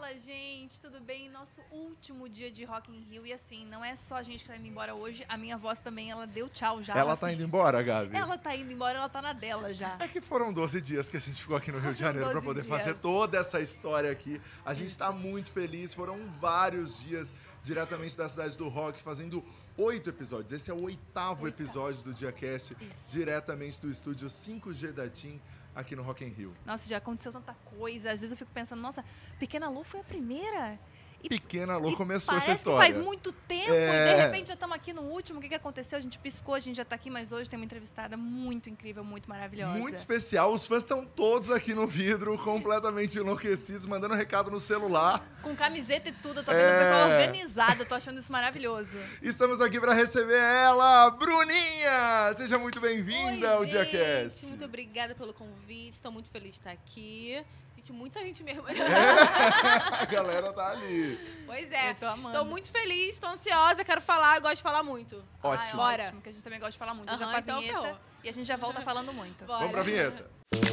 Fala, gente, tudo bem? Nosso último dia de Rock in Rio. E assim, não é só a gente que tá indo embora hoje. A minha voz também, ela deu tchau já. Ela tá indo embora, Gabi? Ela tá indo embora, ela tá na dela já. É que foram 12 dias que a gente ficou aqui no Rio de Janeiro pra poder fazer toda essa história aqui. A gente tá muito feliz. Foram vários dias diretamente da Cidade do Rock, fazendo 8 episódios. Esse é o 8º episódio do DiaCast, diretamente do estúdio 5G da TIM, aqui no Rock in Rio. Nossa, já aconteceu tanta coisa. Às vezes eu fico pensando, nossa, Pequena Lu foi a primeira? Pequena Lu começou essa Parece que história. faz muito tempo e de repente já estamos aqui no último. O que aconteceu? A gente piscou, a gente já tá aqui, mas hoje tem uma entrevistada muito incrível, muito maravilhosa. Muito especial. Os fãs estão todos aqui no vidro, completamente enlouquecidos, mandando recado no celular. Com camiseta e tudo, eu tô vendo o pessoal organizado, eu tô achando isso maravilhoso. Estamos aqui para receber ela, Bruninha! Seja muito bem-vinda ao DiaCast. Muito obrigada pelo convite, estou muito feliz de estar aqui. Gente, muita gente mesmo. A galera tá ali. Pois é, Eu tô amando. estou muito feliz, estou ansiosa, quero falar, gosto de falar muito. Ótimo. Ah, é ótimo, que a gente também gosta de falar muito. Já pra Então vinheta, ferrou. e a gente já volta falando muito. Bora. Vamos pra vinheta.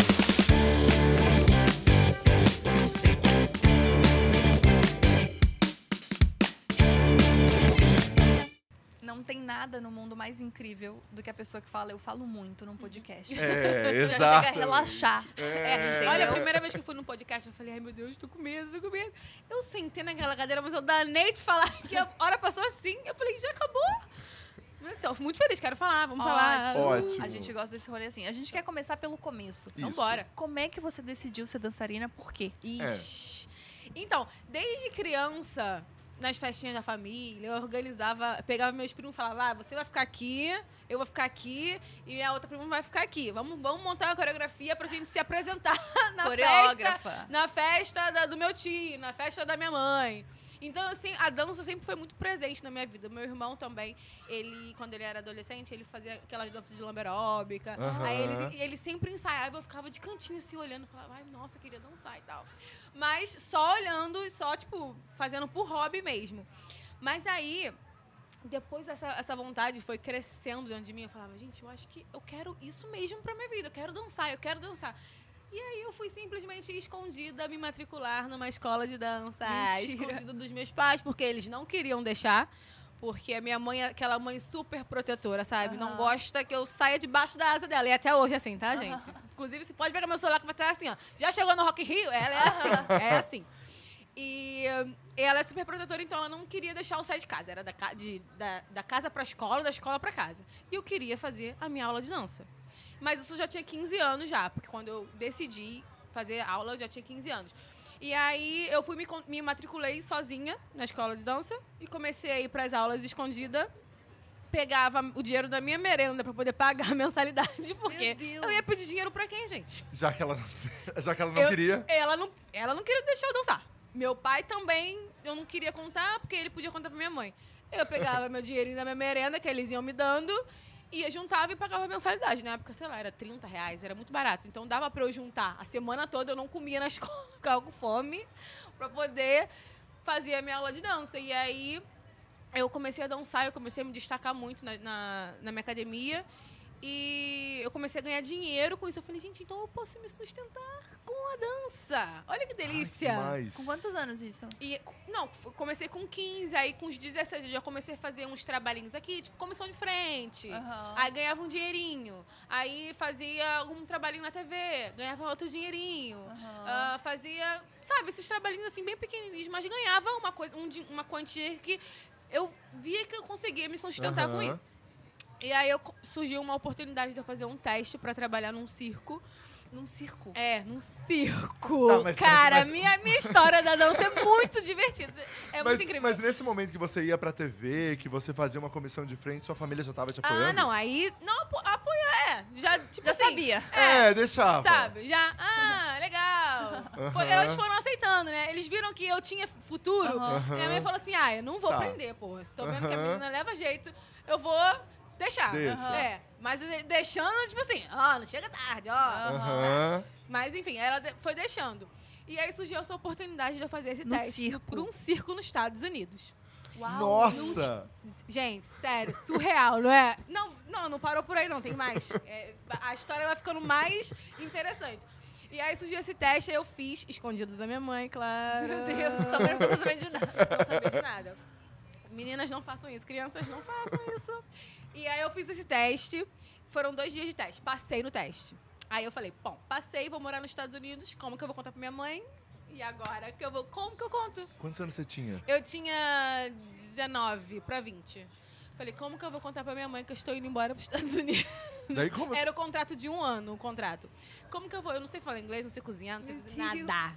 Não tem nada no mundo mais incrível do que a pessoa que fala, eu falo muito num podcast. É, Já exato. chega a relaxar. Olha, a Entendeu? primeira vez que eu fui num podcast, eu falei, ai meu Deus, tô com medo. Eu sentei naquela cadeira, mas eu danei de falar que a hora passou assim. Eu falei, já acabou? Mas então, muito feliz, quero falar, vamos falar. Ótimo. A gente gosta desse rolê assim. A gente quer começar pelo começo. Isso. Vambora. Como é que você decidiu ser dançarina? Por quê? Ixi. Então, desde criança, nas festinhas da família, eu organizava, pegava meus primos e falava, você vai ficar aqui, eu vou ficar aqui e a outra prima vai ficar aqui. Vamos montar uma coreografia pra gente se apresentar Coreógrafa. na festa do meu tio, na festa da minha mãe. Então, assim, a dança sempre foi muito presente na minha vida. Meu irmão também, ele, quando ele era adolescente, ele fazia aquelas danças de lamberóbica. Aham. Aí ele sempre ensaiava, eu ficava de cantinho assim, olhando, falava, ai, nossa, eu queria dançar e tal. Mas só olhando e só, tipo, fazendo por hobby mesmo. Mas aí, depois essa vontade foi crescendo dentro de mim, eu falava, gente, eu acho que eu quero isso mesmo pra minha vida, eu quero dançar. E aí eu fui simplesmente escondida me matricular numa escola de dança. Mentira. Escondida dos meus pais, porque eles não queriam deixar. Porque a minha mãe é aquela mãe super protetora, sabe? Não gosta que eu saia debaixo da asa dela. E até hoje é assim, tá, gente? Inclusive, você pode pegar meu celular que vai estar assim, ó. Já chegou no Rock in Rio? Ela é assim, é assim. E ela é super protetora, então ela não queria deixar eu sair de casa. Era da casa pra escola, da escola pra casa. E eu queria fazer a minha aula de dança. Mas isso já tinha 15 anos já, porque quando eu decidi fazer aula, eu já tinha 15 anos. E aí eu fui me matriculei sozinha na escola de dança e comecei a ir para as aulas escondida. Pegava o dinheiro da minha merenda para poder pagar a mensalidade, porque eu ia pedir dinheiro para quem, gente? Já que ela não queria. Ela não queria deixar eu dançar. Meu pai também, eu não queria contar, porque ele podia contar para minha mãe. Eu pegava meu dinheirinho da minha merenda, que eles iam me dando, ia, juntava e pagava a mensalidade. Na época, sei lá, era R$30, era muito barato. Então dava pra eu juntar. A semana toda eu não comia na escola, ficava com fome, pra poder fazer a minha aula de dança. E aí eu comecei a dançar, eu comecei a me destacar muito na minha academia. E eu comecei a ganhar dinheiro com isso. Eu falei, gente, então eu posso me sustentar com a dança. Olha que delícia. Demais. Com quantos anos isso? E, não, comecei com 15, aí com os 16 eu já comecei a fazer uns trabalhinhos aqui, tipo comissão de frente. Aí ganhava um dinheirinho. Aí fazia algum trabalhinho na TV, ganhava outro dinheirinho. Fazia, sabe, esses trabalhinhos assim bem pequenininhos, mas ganhava uma quantia que eu via que eu conseguia me sustentar com isso. E aí surgiu uma oportunidade de eu fazer um teste pra trabalhar num circo. Num circo? É, num circo. Tá, mas- Cara, minha história da dança é muito divertida. Muito incrível. Mas nesse momento que você ia pra TV, que você fazia uma comissão de frente, sua família já tava te apoiando? Ah, não, aí... Não, apoiar, já, tipo Já assim, sabia. Deixava. Sabe, já... Ah, legal. Elas foram aceitando, né? Eles viram que eu tinha futuro. Minha mãe falou assim, eu não vou Tá. aprender, porra. Tô vendo que a menina leva jeito, eu vou deixar. Deixa. Mas deixando, tipo assim, não chega tarde, Aham. Mas, enfim, ela foi deixando. E aí surgiu essa oportunidade de eu fazer esse No teste circo. por um circo nos Estados Unidos. Uau. Nossa! Gente, sério, surreal, não é? Não parou por aí, não, tem mais. A história vai ficando mais interessante. E aí surgiu esse teste, aí eu fiz, escondido da minha mãe, claro. Meu Deus, também não tô sabendo de nada. Não sabia de nada. Meninas, não façam isso. Crianças, não façam isso. E aí eu fiz esse teste. Foram 2 dias de teste. Passei no teste. Aí eu falei, bom, passei, vou morar nos Estados Unidos. Como que eu vou contar pra minha mãe? E agora que eu vou... Como que eu conto? Quantos anos você tinha? Eu tinha 19 pra 20. Falei, como que eu vou contar pra minha mãe que eu estou indo embora pros Estados Unidos? Daí como? Era o contrato de 1 ano, o contrato. Como que eu vou? Eu não sei falar inglês, não sei cozinhar, não sei fazer nada.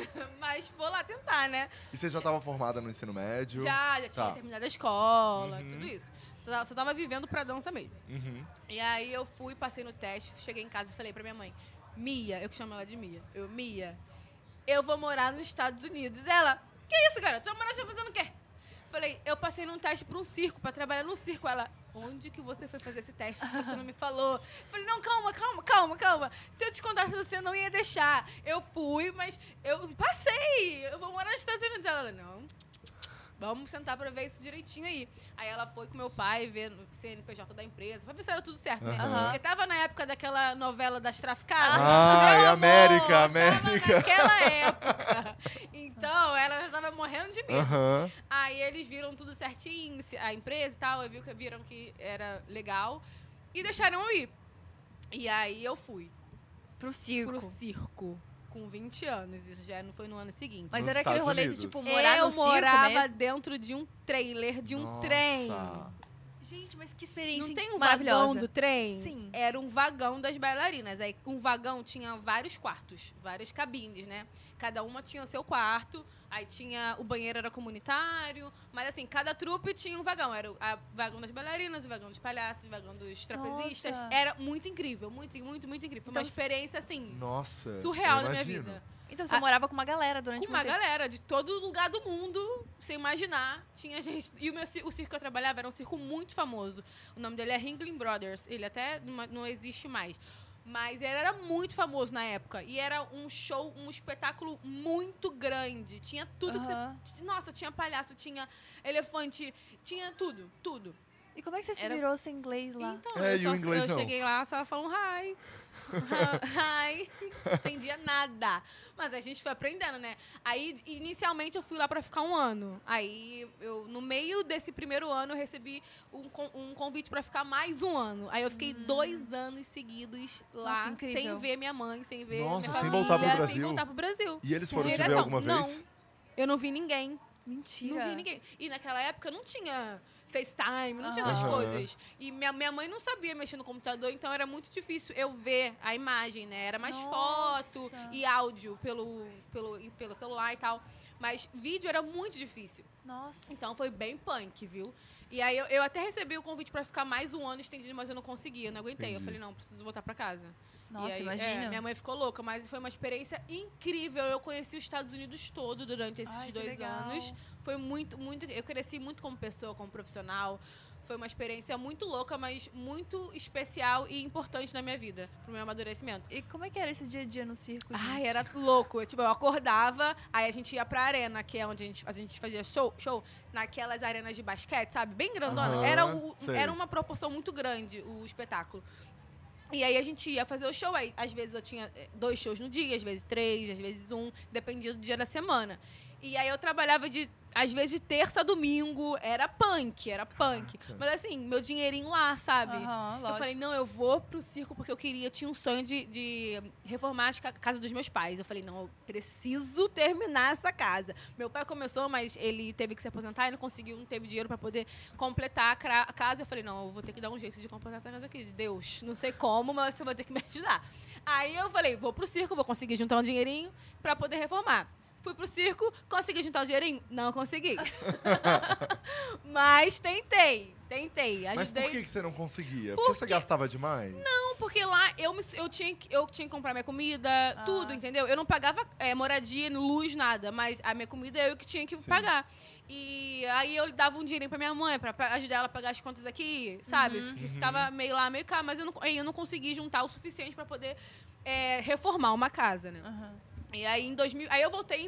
Mas vou lá tentar, né? E você já estava formada no ensino médio? Já tinha Tá. terminado a escola, tudo isso. Só tava vivendo pra dança mesmo. Uhum. E aí eu fui, passei no teste, cheguei em casa e falei pra minha mãe, Mia, eu que chamo ela de Mia. Mia, eu vou morar nos Estados Unidos. Ela, que isso, garota? Tu vai morar, você vai fazendo o quê? Falei, eu passei num teste pra um circo, pra trabalhar no circo. Ela, onde que você foi fazer esse teste? Você não me falou. Falei, não, calma. Se eu te contasse, você não ia deixar. Eu fui, mas eu passei. Eu vou morar nos Estados Unidos. Ela, não, vamos sentar pra ver isso direitinho aí. Aí ela foi com meu pai ver no CNPJ da empresa, pra ver se era tudo certo, né? Aham. Porque tava na época daquela novela das traficadas. Ai, Meu América, amor, América. tava naquela época. Então, ela já tava morrendo de medo. Aham. Aí eles viram tudo certinho, a empresa e tal, viram que era legal e deixaram eu ir. E aí eu fui Pro circo. pro circo com 20 anos, isso já não foi no ano seguinte. Mas Nos era aquele Estados rolê de, Unidos. tipo, morar eu no circo morava mesmo? dentro de um trailer, de um Nossa. trem. Gente, mas que experiência Não tem um maravilhosa. vagão do trem? Sim. Era um vagão das bailarinas. Aí um vagão tinha vários quartos, várias cabines, né? Cada uma tinha o seu quarto. Aí tinha... O banheiro era comunitário. Mas assim, cada trupe tinha um vagão. Era o vagão das bailarinas, o vagão dos palhaços, o vagão dos trapezistas. Nossa. Era muito incrível. Muito incrível. Foi uma Então, experiência, assim, Nossa. surreal eu na minha imagino. vida. Então você morava com uma galera durante Com uma muito tempo. galera de todo lugar do mundo, sem imaginar, tinha gente. E o circo que eu trabalhava era um circo muito famoso. O nome dele é Ringling Brothers. Ele até não existe mais. Mas ele era muito famoso na época. E era um show, um espetáculo muito grande. Tinha tudo que Aham. você... Nossa, tinha palhaço, tinha elefante, tinha tudo, tudo. E como é que você se Era- virou sem inglês lá? Então, É, eu, e o inglês eu não? cheguei lá, só falando hi. Hi. Não entendia nada. Mas a gente foi aprendendo, né? Aí, inicialmente, eu fui lá pra ficar 1 ano. Aí, no meio desse primeiro ano, eu recebi um convite pra ficar mais 1 ano. Aí, eu fiquei 2 anos seguidos lá, Nossa, incrível. sem ver minha mãe, sem ver Nossa, minha sem família, voltar pro sem Brasil? voltar pro Brasil. E eles foram te ver Diretão. alguma vez? Não, eu não vi ninguém. Mentira. Não vi ninguém. E naquela época não tinha FaceTime, não tinha essas Aham. coisas. E minha mãe não sabia mexer no computador, então era muito difícil eu ver a imagem, né? Era mais Nossa. foto e áudio pelo celular e tal. Mas vídeo era muito difícil. Nossa. Então foi bem punk, viu? E aí eu até recebi o convite pra ficar mais 1 ano estendido, mas eu não conseguia, eu não aguentei. Entendi. Eu falei, não, preciso voltar pra casa. Nossa, E aí, imagina. minha mãe ficou louca, mas foi uma experiência incrível. Eu conheci os Estados Unidos todo durante esses Ai, que 2 legal. anos. Foi muito. Eu cresci muito como pessoa, como profissional. Foi uma experiência muito louca, mas muito especial e importante na minha vida, pro meu amadurecimento. E como é que era esse dia a dia no circo, gente? Ai, era louco. Eu acordava, aí a gente ia pra arena, que é onde a gente fazia show naquelas arenas de basquete, sabe? Bem grandona. Aham, sei. Era uma proporção muito grande o espetáculo. E aí a gente ia fazer o show, aí às vezes eu tinha 2 shows no dia, às vezes 3, às vezes 1, dependia do dia da semana. E aí eu trabalhava às vezes de terça a domingo, era punk. Mas assim, meu dinheirinho lá, sabe? Aham, Eu lógico. falei, não, eu vou pro circo porque eu tinha um sonho de reformar a casa dos meus pais. Eu falei, não, eu preciso terminar essa casa. Meu pai começou, mas ele teve que se aposentar e não teve dinheiro pra poder completar a casa. Eu falei, não, eu vou ter que dar um jeito de completar essa casa aqui. Deus, não sei como, mas você vai ter que me ajudar. Aí eu falei, vou pro circo, vou conseguir juntar um dinheirinho pra poder reformar. Fui pro circo, consegui juntar o dinheirinho? Não consegui. Mas tentei. Mas por Ajudei. que você não conseguia? Porque você gastava demais? Não, porque lá eu tinha que comprar minha comida, tudo, entendeu? Eu não pagava moradia, luz, nada. Mas a minha comida eu que tinha que Sim. pagar. E aí eu dava um dinheirinho pra minha mãe, pra ajudar ela a pagar as contas aqui, sabe? Que ficava meio lá, meio cá. Mas eu não consegui juntar o suficiente pra poder reformar uma casa, né? Aham. E aí, aí eu voltei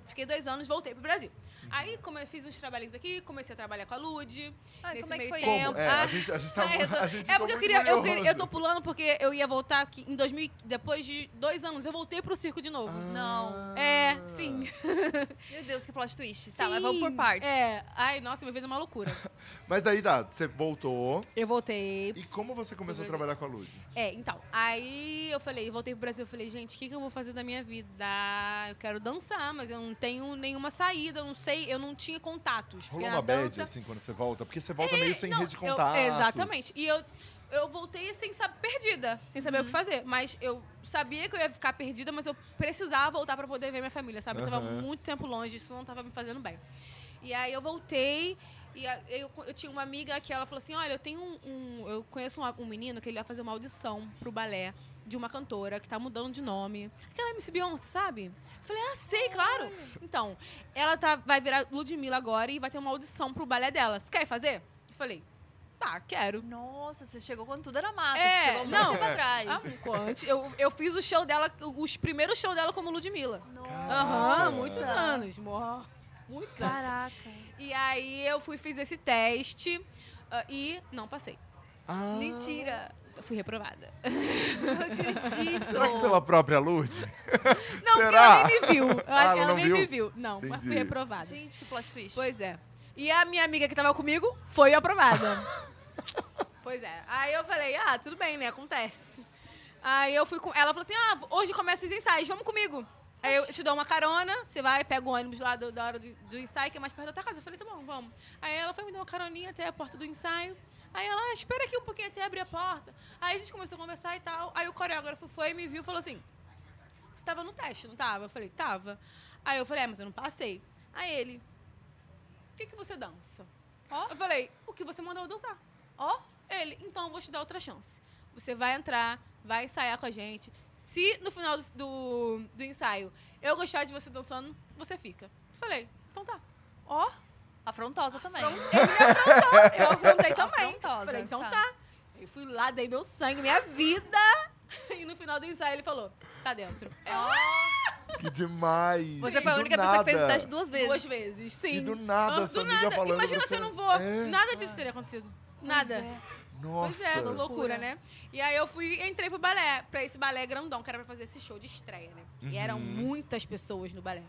Fiquei 2 anos, voltei pro Brasil. Aí, como eu fiz uns trabalhinhos aqui, comecei a trabalhar com a Lud. Ai, Nesse como é que meio foi tempo. Como? A gente tá a gente É ficou porque eu muito queria. curioso. Eu tô pulando porque eu ia voltar aqui em 2000. Depois de 2 anos, eu voltei pro circo de novo. Não. É, sim. Meu Deus, que plot twist. Tá, mas vamos por Sim. partes. É. Ai, nossa, minha vida é uma loucura. Mas daí, você voltou. Eu voltei. E como você começou a trabalhar com a Lud? Então. Aí eu falei, voltei pro Brasil, eu falei, gente, o que eu vou fazer da minha vida? Eu quero dançar, mas eu não tenho nenhuma saída, eu não sei, eu não tinha contatos. Rolou porque uma na bad, dança- assim, quando você volta? Porque você volta meio sem Não, rede de contatos. exatamente. E eu voltei sem saber, perdida, sem saber o que fazer. Mas eu sabia que eu ia ficar perdida, mas eu precisava voltar pra poder ver minha família, sabe? Eu tava muito tempo longe, isso não tava me fazendo bem. E aí eu voltei, e eu tinha uma amiga que ela falou assim, olha, eu tenho eu conheço um menino que ele vai fazer uma audição pro balé de uma cantora que tá mudando de nome. Aquela MC Beyoncé, sabe? Eu falei, sei, claro. Então, ela vai virar Ludmilla agora e vai ter uma audição pro balé dela. Você quer fazer? Eu falei, tá, quero. Nossa, você chegou quando tudo era mato. É, você chegou muito não. tempo atrás. Antes, eu fiz o show dela, os primeiros shows dela como Ludmilla. Nossa. Muitos anos. Muitos anos. Caraca. E aí eu fiz esse teste e não passei. Ah. Mentira. Eu fui reprovada. Não acredito. Será que pela própria Lud? Não, porque Será? ela nem me viu. ela Ela não nem viu? me viu. Não, mas Entendi. fui reprovada. Gente, que plot twist. Pois é. E a minha amiga que tava comigo foi aprovada. Pois é. Aí eu falei, tudo bem, né? Acontece. Aí eu fui com... Ela falou assim, hoje começa os ensaios, vamos comigo. Aí eu te dou uma carona, você vai, pega o ônibus lá da hora do ensaio, que é mais perto da tua casa. Eu falei, tá bom, vamos. Aí ela foi me dar uma caroninha até a porta do ensaio. Aí ela, espera aqui um pouquinho até abrir a porta. Aí a gente começou a conversar e tal. Aí o coreógrafo foi, me viu e falou assim, você tava no teste, não tava? Eu falei, tava. Aí eu falei, mas eu não passei. Aí ele, o que você dança? Eu falei, o que você mandou eu dançar. Ele, então eu vou te dar outra chance. Você vai entrar, vai ensaiar com a gente. Se no final do ensaio eu gostar de você dançando, você fica. Eu falei, então tá. Afrontosa também. Eu afrontei também. Afrontosa, Falei, então tá. tá. Eu fui lá, dei meu sangue, minha vida. E no final do ensaio ele falou, tá dentro. Que demais. Você foi a Do única pessoa que fez o nada. teste 2 vezes. 2 vezes, sim. E do nada, sua amiga falando Imagina pra se eu você. não vou. É. Nada disso teria acontecido. Nada. Nossa. Pois é, que loucura, né? E aí eu entrei pro balé, pra esse balé grandão, que era pra fazer esse show de estreia, né? E eram muitas pessoas no balé.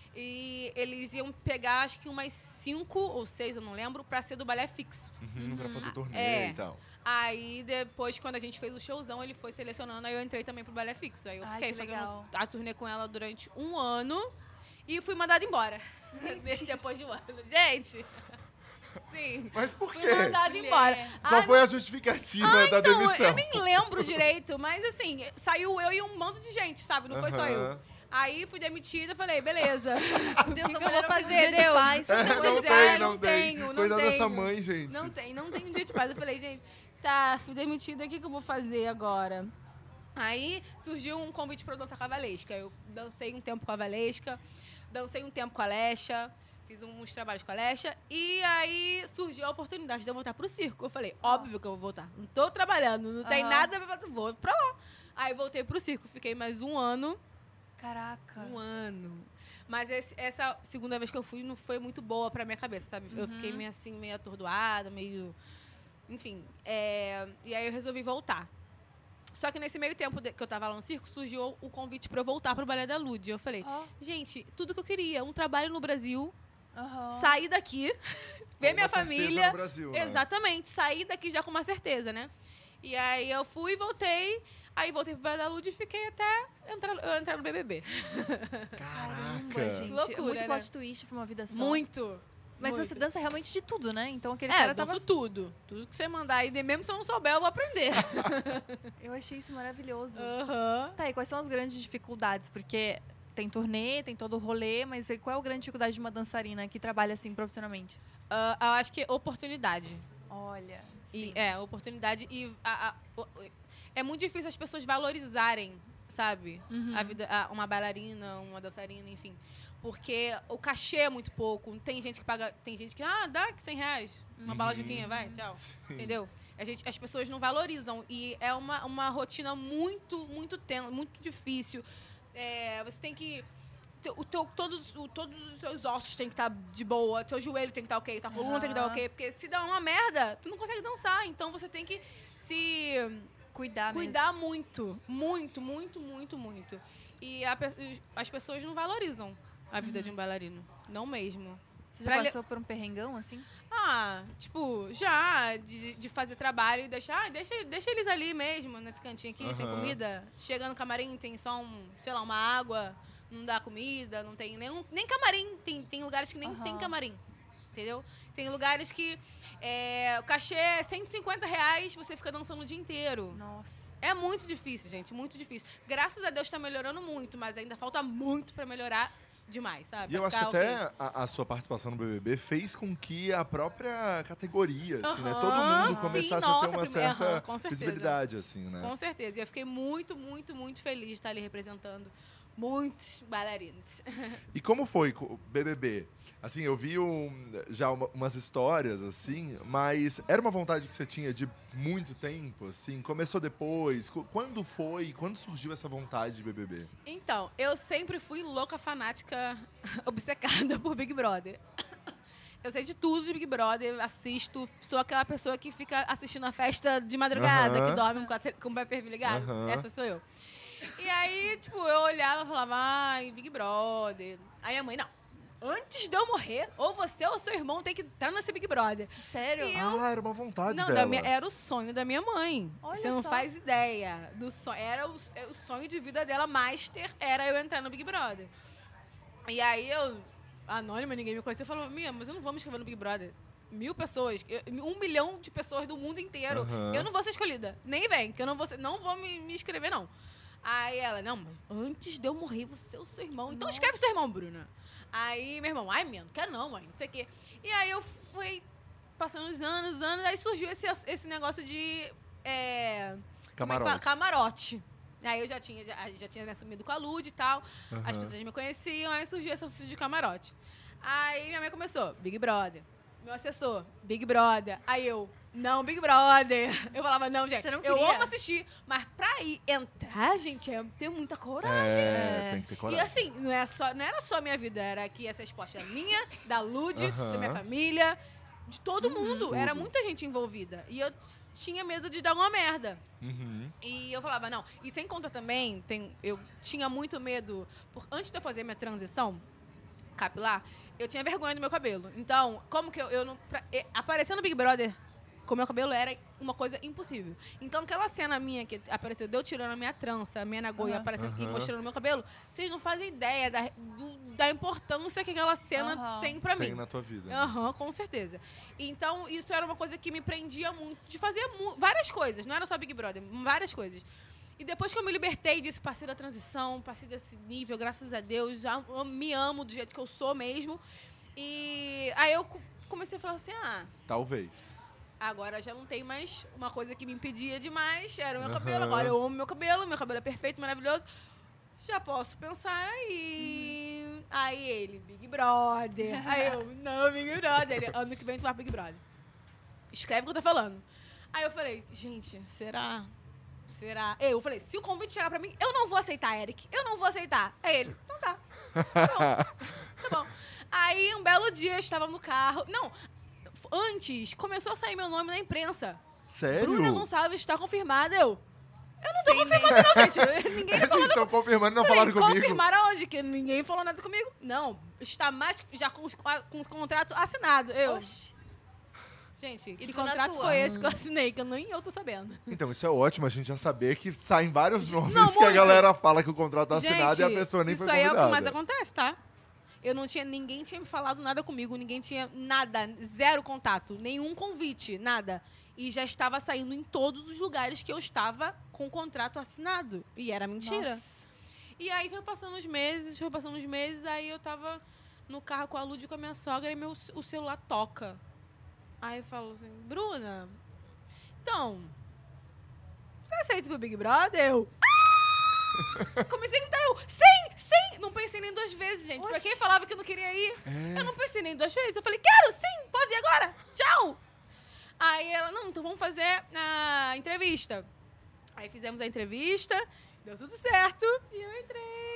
E eles iam pegar, acho que umas 5 ou 6, eu não lembro, pra ser do balé fixo. Pra fazer turnê É. e tal. Aí depois, quando a gente fez o showzão, ele foi selecionando, aí eu entrei também pro balé fixo. Aí eu fiquei que fazendo legal. a turnê com ela durante 1 ano e fui mandada embora. Depois de 1 ano. Gente! Sim. Mas por Fui quê? mandada embora. Qual foi a justificativa da Então, demissão? eu nem lembro direito, mas assim, saiu eu e um bando de gente, sabe? Não foi só eu. Aham. Aí fui demitida, falei, beleza. Deus, O a que eu mulher vou não tem um fazer, dia de Deus? paz. Não tenho. Cuidado dessa mãe, gente. Não tem um dia de paz. Eu falei, gente, tá, fui demitida, o que eu vou fazer agora? Aí surgiu um convite pra eu dançar com a Valesca. Eu dancei um tempo com a Valesca, dancei um tempo com a Lesha, fiz uns trabalhos com a Lesha, e aí surgiu a oportunidade de eu voltar pro circo. Eu falei, óbvio que eu vou voltar. Não tô trabalhando, não tem nada pra fazer, vou pra lá. Aí voltei pro circo, fiquei mais 1 ano. Caraca. 1 ano. Mas essa segunda vez que eu fui não foi muito boa pra minha cabeça, sabe? Eu fiquei meio assim, meio atordoada, meio... Enfim. E aí eu resolvi voltar. Só que nesse meio tempo que eu tava lá no circo, surgiu o convite pra eu voltar pro Balé da Lud. Eu falei, gente, tudo que eu queria, um trabalho no Brasil, sair daqui, ver minha Uma certeza família. no Brasil, né? Exatamente, sair daqui já com uma certeza, né? E aí eu fui, voltei, aí voltei pro Balé da Lud e fiquei até eu entrar no BBB. Caramba, gente. Loucura, Muito né? plot twist pra uma vida só. Muito. Mas muito. você dança realmente de tudo, né? Então aquele É, cara eu tava... danço tudo. Tudo que você mandar aí, mesmo se eu não souber, eu vou aprender. Eu achei isso maravilhoso. Aham. Tá, e quais são as grandes dificuldades? Porque tem turnê, tem todo o rolê, mas qual é a grande dificuldade de uma dançarina que trabalha assim profissionalmente? Eu acho que oportunidade. Olha, sim. Oportunidade e é muito difícil as pessoas valorizarem, sabe? A vida, uma bailarina, uma dançarina, enfim. Porque o cachê é muito pouco. Tem gente que paga, tem gente que, dá aqui R$100, uma bala juquinha, vai, tchau. Sim. Entendeu? As pessoas não valorizam e é uma rotina muito, muito tensa, muito difícil. Você tem que todos os seus ossos têm que estar de boa, teu joelho tem que estar ok, tua coluna tem que estar ok, porque se dá uma merda, tu não consegue dançar. Então você tem que se Cuidar muito, muito, muito, muito, muito. E as pessoas não valorizam a vida de um bailarino. Não mesmo. Você já passou por um perrengão, assim? Tipo, já, de fazer trabalho e deixa eles ali mesmo, nesse cantinho aqui, sem comida. Chega no camarim, tem só uma água, não dá comida, não tem nem camarim. Tem lugares que nem tem camarim, entendeu? Tem lugares que o cachê é R$150, você fica dançando o dia inteiro. Nossa. É muito difícil, gente, muito difícil. Graças a Deus tá melhorando muito, mas ainda falta muito pra melhorar demais, sabe? E eu acho que até a sua participação no BBB fez com que a própria categoria, assim, né? Todo mundo começasse a ter uma certa visibilidade, assim, né? Com certeza. E eu fiquei muito, muito, muito feliz de estar ali representando muitos bailarinos. E como foi o BBB? Assim, eu vi já umas histórias, assim, mas era uma vontade que você tinha de muito tempo, assim? Começou depois? Quando foi? Quando surgiu essa vontade de BBB? Então, eu sempre fui louca, fanática, obcecada por Big Brother. Eu sei de tudo de Big Brother, assisto, sou aquela pessoa que fica assistindo a festa de madrugada, que dorme com o pay-per-view ligado. Essa sou eu. E aí, tipo, eu olhava e falava, ai, Big Brother. Aí a mãe, não, antes de eu morrer, ou você ou seu irmão tem que estar nesse Big Brother. Sério? Era uma vontade dela. Não, era o sonho da minha mãe. Olha você não só. faz ideia. Era o sonho de vida dela, master, era eu entrar no Big Brother. E aí eu, anônima, ninguém me conhecia, eu falava, Mia, mas eu não vou me inscrever no Big Brother. 1.000 pessoas, 1 milhão de pessoas do mundo inteiro. Eu não vou ser escolhida. Nem vem, que eu não vou me inscrever, não. Aí ela, não, mas antes de eu morrer, você é o seu irmão. Então escreve seu irmão, Bruna. Aí meu irmão, ai, minha, não quero não, mãe, não sei o quê. E aí eu fui passando os anos, aí surgiu esse negócio de... Camarote. Aí eu já tinha me assumido com a Lud e tal. As pessoas me conheciam, aí surgiu esse assunto de camarote. Aí minha mãe começou, Big Brother. Meu assessor, Big Brother. Aí eu, não, Big Brother. Eu falava, não, gente, eu amo assistir. Mas pra entrar, gente, é ter muita coragem. Tem que ter coragem. E assim, não era só a minha vida, era que essa resposta minha, da Lud, da minha família, de todo mundo. Era muita gente envolvida. E eu tinha medo de dar uma merda. E eu falava, não. E tem conta também, eu tinha muito medo, antes de eu fazer minha transição capilar, eu tinha vergonha do meu cabelo. Então, como que eu não... aparecer no Big Brother com meu cabelo era uma coisa impossível. Então, aquela cena minha que apareceu, de eu tirando a minha trança, a minha nagoia, aparecendo e mostrando o meu cabelo, vocês não fazem ideia da importância que aquela cena tem pra mim. Tem na tua vida. Com certeza. Então, isso era uma coisa que me prendia muito, de fazer várias coisas. Não era só Big Brother, várias coisas. E depois que eu me libertei disso, passei da transição, passei desse nível, graças a Deus, eu me amo do jeito que eu sou mesmo. E aí eu comecei a falar assim, talvez. Agora já não tem mais uma coisa que me impedia demais, era o meu cabelo. Agora eu amo meu cabelo é perfeito, maravilhoso. Já posso pensar aí. Aí ele, Big Brother. Aí eu, não, Big Brother. Ele, ano que vem tu vai pro Big Brother. Escreve o que eu tô falando. Aí eu falei, gente, será? Eu falei, se o convite chegar pra mim, eu não vou aceitar, Eric. Eu não vou aceitar. Aí ele, então tá. Tá bom. Aí, um belo dia, eu estava no carro. Não, antes, começou a sair meu nome na imprensa. Sério? Bruna Gonçalves está confirmada. Eu não tô confirmada não, gente. Ninguém falou nada. Estão confirmando, não falaram comigo. Confirmaram onde? Que ninguém falou nada comigo. Não, está mais já com o contrato assinado. Oxi. Gente, que contrato foi esse que eu assinei? Que nem eu tô sabendo. Então, isso é ótimo, a gente já saber que saem vários nomes que a galera fala que o contrato tá assinado e a pessoa nem foi convidada. Isso aí é o que mais acontece, tá? Ninguém tinha me falado nada comigo, ninguém tinha nada, zero contato, nenhum convite, nada. E já estava saindo em todos os lugares que eu estava com o contrato assinado. E era mentira. Nossa. E aí foi passando os meses, aí eu tava no carro com a Lud e com a minha sogra e o celular toca. Aí eu falo assim, Bruna, então, você aceita pro Big Brother? Eu, comecei a gritar, sim! Não pensei nem 2 vezes, gente. Oxi. Pra quem falava que eu não queria ir, eu não pensei nem 2 vezes. Eu falei, quero, sim, pode ir agora, tchau! Aí ela, não, então vamos fazer a entrevista. Aí fizemos a entrevista, deu tudo certo, e eu entrei.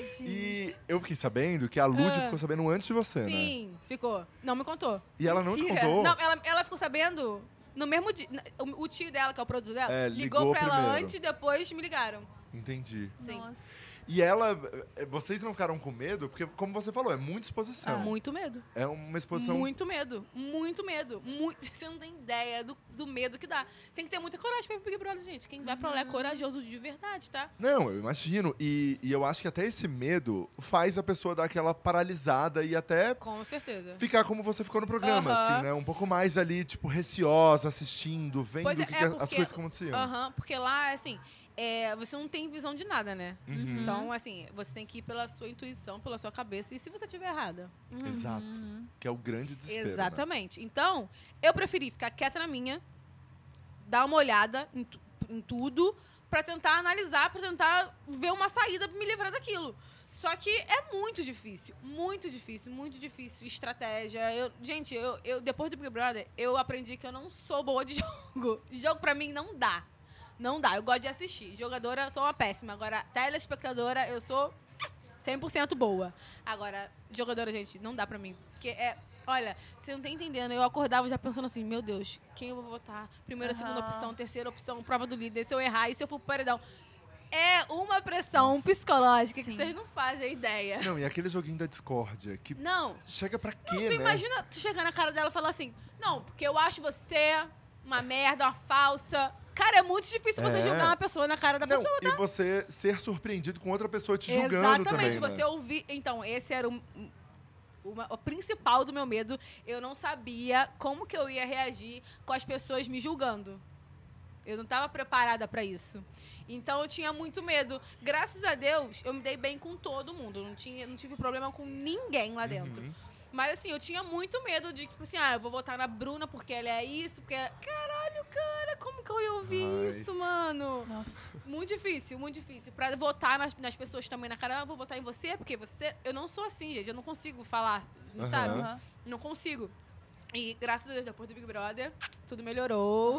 E eu fiquei sabendo que a Lud ficou sabendo antes de você, né? Sim, ficou. Não me contou. E ela não te Mentira. contou? Não, ela ficou sabendo no mesmo dia. O tio dela, que é o produtor dela, ligou ligou pra ela primeiro. antes, depois me ligaram. Entendi. Sim. Nossa. E ela, vocês não ficaram com medo? Porque, como você falou, é muita exposição. Muito medo. É uma exposição... Muito medo. Muito medo. Você não tem ideia do medo que dá. Tem que ter muita coragem pra ir pro Big Brother, gente. Quem vai pra lá é corajoso de verdade, tá? Não, eu imagino. E eu acho que até esse medo faz a pessoa dar aquela paralisada e até Com certeza. ficar como você ficou no programa, assim, né? Um pouco mais ali, tipo, receosa, assistindo, vendo Pois é, que porque- as coisas aconteciam. Aham, porque lá, assim, você não tem visão de nada, né? Uhum. Então, assim, você tem que ir pela sua intuição, pela sua cabeça. E se você estiver errada? Exato. Que é o grande desespero. Né? Exatamente. Então, eu preferi ficar quieta na minha, dar uma olhada em tudo, pra tentar analisar, pra tentar ver uma saída pra me livrar daquilo. Só que é muito difícil. Muito difícil, muito difícil. Estratégia. Gente, eu depois do Big Brother, eu aprendi que eu não sou boa de jogo. Jogo pra mim não dá. Não dá. Eu gosto de assistir. Jogadora, eu sou uma péssima. Agora, telespectadora, eu sou 100% boa. Agora, jogadora, gente, não dá pra mim. Porque olha, você não tá entendendo. Eu acordava já pensando assim, meu Deus, quem eu vou votar? Primeira, segunda opção, terceira opção, prova do líder. Se eu errar, e se eu for pro paredão? É uma pressão psicológica que Sim. vocês não fazem ideia. Não, e aquele joguinho da discórdia, que Não. chega pra quê, Tu né? imagina tu chegar na cara dela e falar assim, não, porque eu acho você uma merda, uma falsa. Cara, é muito difícil você julgar uma pessoa na cara da Não, pessoa, tá? e você ser surpreendido com outra pessoa te julgando Exatamente, também, você né? ouvir. Então, esse era o principal do meu medo. Eu não sabia como que eu ia reagir com as pessoas me julgando. Eu não estava preparada para isso. Então, eu tinha muito medo. Graças a Deus, eu me dei bem com todo mundo. Não tive problema com ninguém lá dentro. Mas, assim, eu tinha muito medo de, tipo assim, eu vou votar na Bruna porque ela é isso, porque... Caralho, cara, como que eu ia ouvir isso, mano? Nossa. Muito difícil, muito difícil. Pra votar nas pessoas também na cara, eu vou votar em você, porque você... Eu não sou assim, gente. Eu não consigo falar, sabe? Aham. Não consigo. E, graças a Deus, depois do Big Brother, tudo melhorou.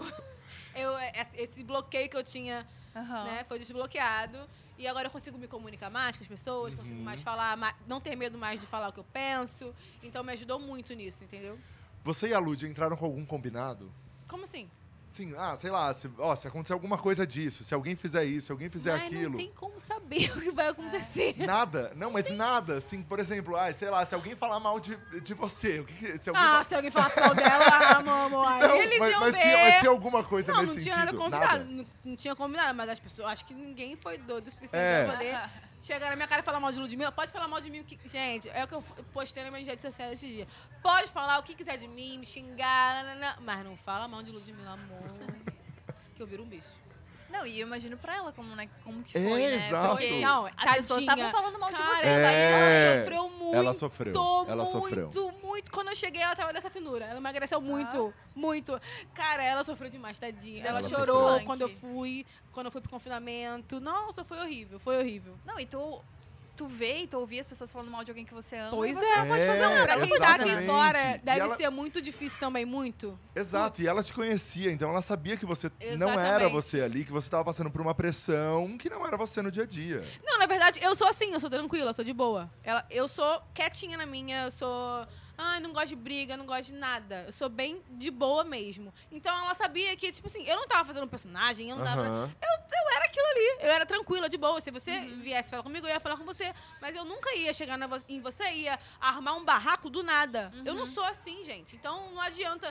Esse bloqueio que eu tinha, né, foi desbloqueado. E agora eu consigo me comunicar mais com as pessoas, consigo mais falar, não ter medo mais de falar o que eu penso. Então, me ajudou muito nisso, entendeu? Você e a Lud entraram com algum combinado? Como assim? Sim, sei lá, se acontecer alguma coisa disso, se alguém fizer isso, se alguém fizer Mas aquilo. não tem como saber o que vai acontecer. Nada? Não, mas nada. Assim, por exemplo, sei lá, se alguém falar mal de você, se alguém Se alguém falasse mal dela, amor, aí eles iam mas ver. tinha alguma coisa Não, nesse não sentido? tinha nada combinado. Não tinha combinado, mas as pessoas... Acho que ninguém foi doido o suficiente pra poder chegar na minha cara e falar mal de Ludmilla. Pode falar mal de mim. Gente, é o que eu postei nas minhas redes sociais esse dia. Pode falar o que quiser de mim, me xingar, mas não fala mal de Ludmilla, amor. Que eu viro um bicho. Não, e eu imagino pra ela como que foi, né? exato. Porque Não, as pessoas tadinha. estavam falando mal de Cara, você, É. mas ela sofreu muito. Ela sofreu. Ela sofreu. Muito. Quando eu cheguei, ela tava dessa finura. Ela emagreceu muito, muito. Cara, ela sofreu demais, tadinha. Deve Ela ser chorou muito quando eu punk. fui pro confinamento. Nossa, foi horrível, foi horrível. Não, e tu vê e tu ouvir as pessoas falando mal de alguém que você ama. Pois e você é. não pode fazer É, nada. Pra quem tá exatamente. aqui fora, E deve ela- ser muito difícil também, muito. Exato, e ela te conhecia, então ela sabia que você não era Exatamente. você ali, que você tava passando por uma pressão que não era você no dia a dia. Não, na verdade, eu sou assim, eu sou tranquila, eu sou de boa. Eu sou quietinha na minha, eu sou... não gosto de briga, não gosto de nada. Eu sou bem de boa mesmo. Então ela sabia que, tipo assim, eu não tava fazendo um personagem, eu não tava... Aham. Eu era aquilo ali, eu era tranquila, de boa. Se você viesse falar comigo, eu ia falar com você. Mas eu nunca ia chegar em você, ia armar um barraco do nada. Eu não sou assim, gente. Então não adianta...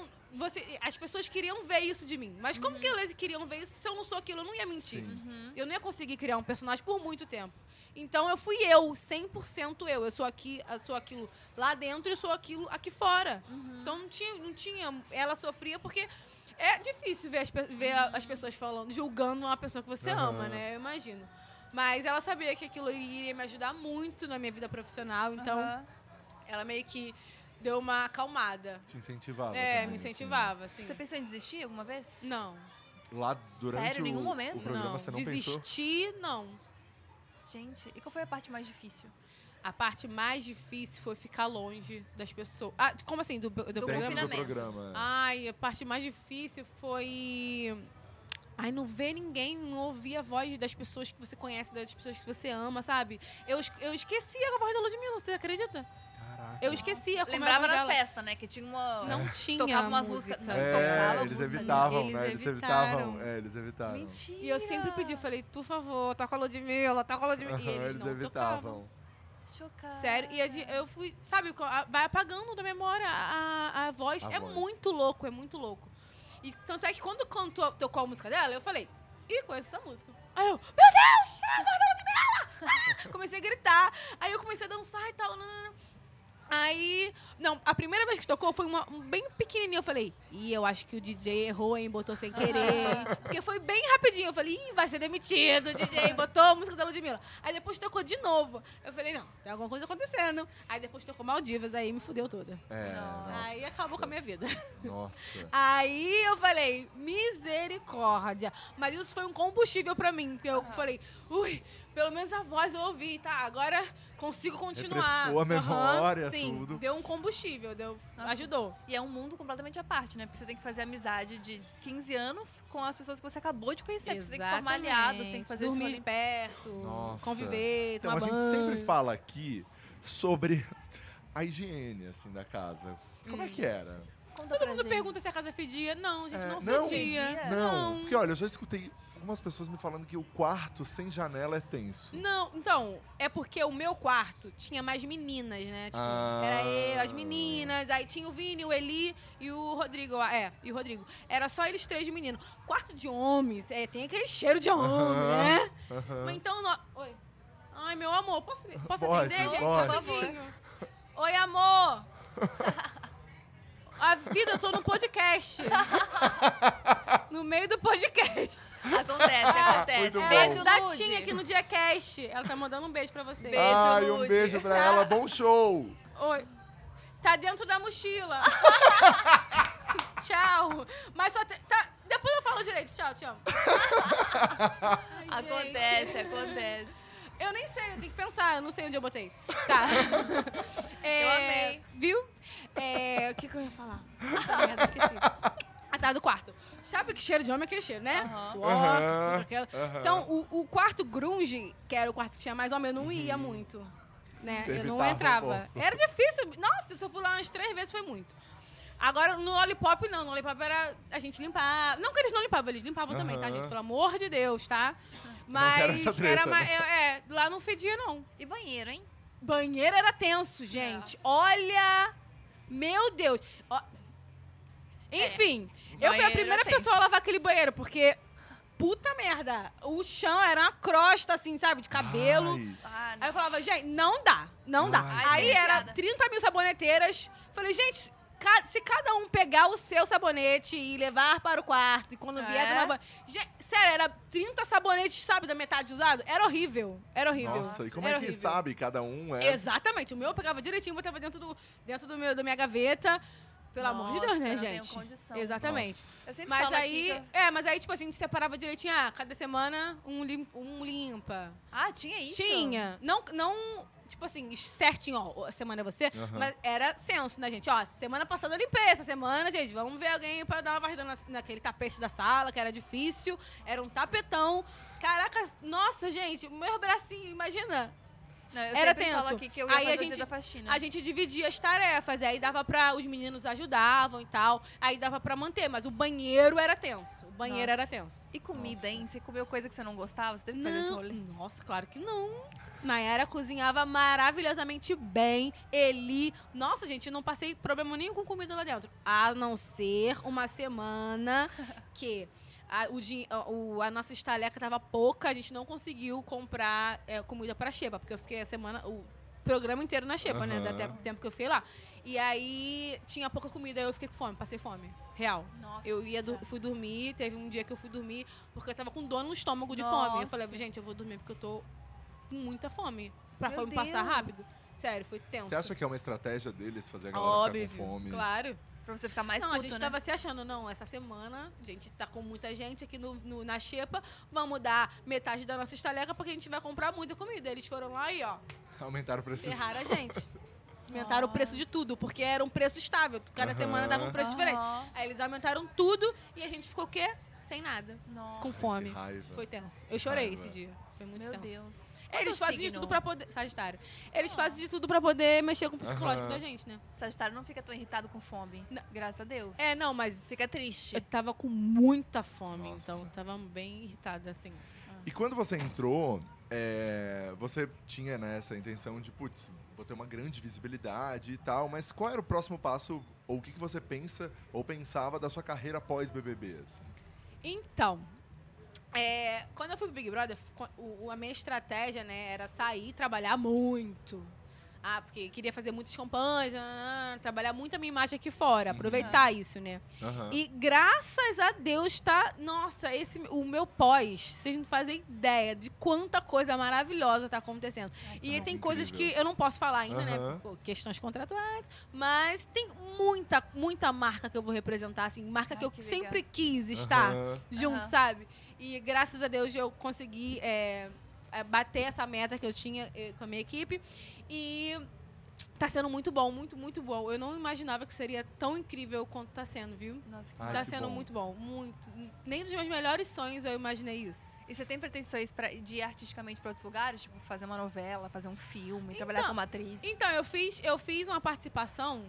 As pessoas queriam ver isso de mim. Mas como que elas queriam ver isso se eu não sou aquilo? Eu não ia mentir. Sim. Eu não ia conseguir criar um personagem por muito tempo. Então eu fui eu, 100% eu. Eu sou aquilo lá dentro e sou aquilo aqui fora. Então não tinha. Ela sofria porque é difícil ver as pessoas falando, julgando uma pessoa que você ama, né? Eu imagino. Mas ela sabia que aquilo iria me ajudar muito na minha vida profissional. Então ela meio que deu uma acalmada. Te incentivava. Me também, incentivava, assim. Você pensou em desistir alguma vez? Não. assim. Lá durante Sério? Nenhum momento? o programa você não pensou? Desistir, não. Gente, e qual foi a parte mais difícil? A parte mais difícil foi ficar longe das pessoas. Como assim? Do Dentro programa? confinamento. do programa. Ai, a parte mais difícil foi Aí não vê ninguém, não ouvir a voz das pessoas que você conhece, das pessoas que você ama, sabe? Eu esqueci a voz da Ludmilla, você acredita? Caraca. Eu esquecia como Lembrava era a nas voz dela. festas, né? Que tinha uma... Não tinha Tocava umas música. músicas. Não, tocava Eles música. evitavam, Eles né? Eles evitaram. evitavam. Eles evitaram. Mentira. E eu sempre pedi, eu falei, por favor, toca a Ludmilla, toca a Ludmilla. E eles não tocavam. Chocada. Sério, e eu fui, sabe, vai apagando da memória a voz. A É voz. muito louco, é muito louco. E tanto é que quando tocou a música dela, eu falei, ih, conheço essa música. Aí eu, meu Deus, é a voz da Ludmilla! Comecei a gritar, aí eu comecei a dançar e tal. Aí, não, a primeira vez que tocou foi um bem pequenininho. Eu falei, eu acho que o DJ errou, hein, botou sem querer. Porque foi bem rapidinho. Eu falei, vai ser demitido, o DJ botou a música da Ludmilla. Aí depois tocou de novo. Eu falei, não, tem alguma coisa acontecendo. Aí depois tocou Maldivas, aí me fudeu toda. Nossa. Aí acabou com a minha vida. Nossa. Aí eu falei, misericórdia. Mas isso foi um combustível pra mim. Porque eu falei, pelo menos a voz eu ouvi, tá? Agora consigo continuar. Refrescou a memória, sim, tudo. deu um combustível, Nossa. ajudou. E é um mundo completamente à parte, né? Porque você tem que fazer amizade de 15 anos com as pessoas que você acabou de conhecer. Porque você tem que formar aliados, tem que fazer esse dormir rolê. de perto, Nossa. conviver, Então, a tomar gente banho. sempre fala aqui sobre a higiene, assim, da casa. Como é que era? Conta Todo pra mundo gente. pergunta se a casa fedia. Não, gente, não não? fedia. Não. Porque, olha, eu já escutei algumas pessoas me falando que o quarto sem janela é tenso. Não, então, é porque o meu quarto tinha mais meninas, né? Tipo, Ah. era eu, as meninas, aí tinha o Vini, o Eli e o Rodrigo. E o Rodrigo. Era só eles três de menino. Quarto de homens, tem aquele cheiro de homem, né? Mas então, oi. Ai, meu amor, posso Pode, atender, gente? pode. Rapidinho. Oi, amor. A vida, eu tô no podcast. No meio do podcast. Acontece. Muito bom. Beijo Beijo, da Lud. Tinha aqui no Diacast. Ela tá mandando um beijo pra você. Beijo, Ai, um Lud. beijo pra ela. Bom show. Oi. Tá dentro da mochila. Tchau. Mas só tá. Depois eu falo direito. Tchau, te amo. Ai, gente. Acontece. Eu nem sei, eu tenho que pensar. Eu não sei onde eu botei. Tá. Eu amei. Viu? O que eu ia falar? Puta merda, esqueci. Ah, tá, do quarto. Sabe que cheiro de homem é aquele cheiro, né? Aham. Suor, Aham. tudo aquela. Aham. Então, o quarto grunge, que era o quarto que tinha mais homem, eu não ia muito. Né? Você Eu não evitava um entrava. pouco. Era difícil. Nossa, se eu fui lá umas 3 vezes, foi muito. Agora, no Lollipop, não. No Lollipop era a gente limpar. Não que eles não limpavam, eles limpavam também, tá, Aham. gente? Pelo amor de Deus, tá? Não quero Mas essa treta, mais. né? Lá não fedia, não. E banheiro, hein? Banheiro era tenso, gente. Nossa. Olha. Meu Deus. Enfim, eu fui a Banheiro primeira tenso. pessoa a lavar aquele banheiro, porque. Puta merda. O chão era uma crosta, assim, sabe? De cabelo. Ai. Ah, Aí eu falava, gente, não dá. Ai, Aí gente. era 30 mil saboneteiras. Falei, gente, se cada um pegar o seu sabonete e levar para o quarto, e quando vier... É? nova... Gente, sério, era 30 sabonetes, sabe, da metade usado? Era horrível. Era horrível. Nossa, e como Era é que horrível. sabe? Cada um é... Exatamente. O meu eu pegava direitinho, botava dentro da minha gaveta. Pelo amor de Deus, Nossa, né, não tenho gente? condição. Exatamente. Nossa. Eu sempre Mas falo aí, aqui que... mas aí, tipo assim, a gente separava direitinho. Cada semana um limpa. Ah, tinha isso? Tinha. Não, tipo assim, certinho, ó, a semana é você, Aham. mas era senso, né, gente? Ó, semana passada eu limpei, essa semana, gente, vamos ver alguém pra dar uma varrida naquele tapete da sala, que era difícil, era um tapetão. Caraca, nossa, gente, o meu bracinho, imagina. Não, eu Era sempre tenso. falo aqui que eu ia Aí fazer a o dia gente- da faxina. A gente dividia as tarefas, aí dava pra... Os meninos ajudavam e tal, aí dava pra manter, mas o banheiro era tenso. O banheiro Nossa. era tenso. E comida, Nossa. hein? Você comeu coisa que você não gostava? Você teve que fazer esse rolê? Nossa, claro que não. Nayara cozinhava maravilhosamente bem. Eli. Nossa, gente, não passei problema nenhum com comida lá dentro. A não ser uma semana que a nossa estaleca tava pouca, a gente não conseguiu comprar comida pra Xepa, porque eu fiquei a semana, o programa inteiro na Xepa, né? Aham. Até o tempo que eu fiquei lá. E aí tinha pouca comida, eu fiquei com fome, passei fome. Real. Nossa. Eu fui dormir, teve um dia que eu fui dormir porque eu tava com dor no estômago de fome. Eu falei, Nossa. gente, eu vou dormir porque eu tô com muita fome. Pra Meu fome passar Deus. rápido. Sério, foi tenso. Você acha que é uma estratégia deles fazer a galera Óbvio, ficar com fome? claro. Pra você ficar mais Não, puto, a gente né? tava se achando, não, essa semana a gente tá com muita gente aqui na Xepa, vamos dar metade da nossa estaleca porque a gente vai comprar muita comida. Eles foram lá e, ó, Aumentaram o preço. erraram a gente. Aumentaram o preço de tudo, porque era um preço estável. Cada Aham. semana dava um preço diferente. Aham. Aí eles aumentaram tudo e a gente ficou o quê? sem nada, Nossa. com fome. Que raiva. Foi tenso. Eu chorei Raiva. esse dia. Foi muito Meu tenso. Deus. Eles Qual fazem signo? de tudo pra poder... Sagitário. Eles fazem de tudo pra poder mexer com o psicológico Aham. da gente, né? Sagitário não fica tão irritado com fome. Não. Graças a Deus. Não, mas Fica triste. eu tava com muita fome, Nossa. então eu tava bem irritada, assim. E quando você entrou, você tinha, né, essa intenção de, putz, vou ter uma grande visibilidade e tal, mas qual era o próximo passo, ou o que você pensa, ou pensava da sua carreira pós-BBB, assim? Então, quando eu fui pro Big Brother, a minha estratégia, né, era sair e trabalhar muito. Porque queria fazer muitas campanhas, trabalhar muito a minha imagem aqui fora, aproveitar isso, né? Aham. E graças a Deus tá... Nossa, o meu pós, vocês não fazem ideia de quanta coisa maravilhosa tá acontecendo. E aí tem coisas que eu não posso falar ainda, né? Aham. Por questões contratuais. Mas tem muita marca que eu vou representar, assim. Marca que eu que legal. sempre quis estar Aham. junto, Aham. sabe? E graças a Deus eu consegui bater essa meta que eu tinha com a minha equipe. E tá sendo muito bom, muito bom. Eu não imaginava que seria tão incrível quanto tá sendo, viu? Nossa, que Ai, Tá que sendo bom. muito bom, muito. Nem dos meus melhores sonhos eu imaginei isso. E você tem pretensões de ir artisticamente pra outros lugares? Tipo, fazer uma novela, fazer um filme, trabalhar como atriz? Então, eu fiz uma participação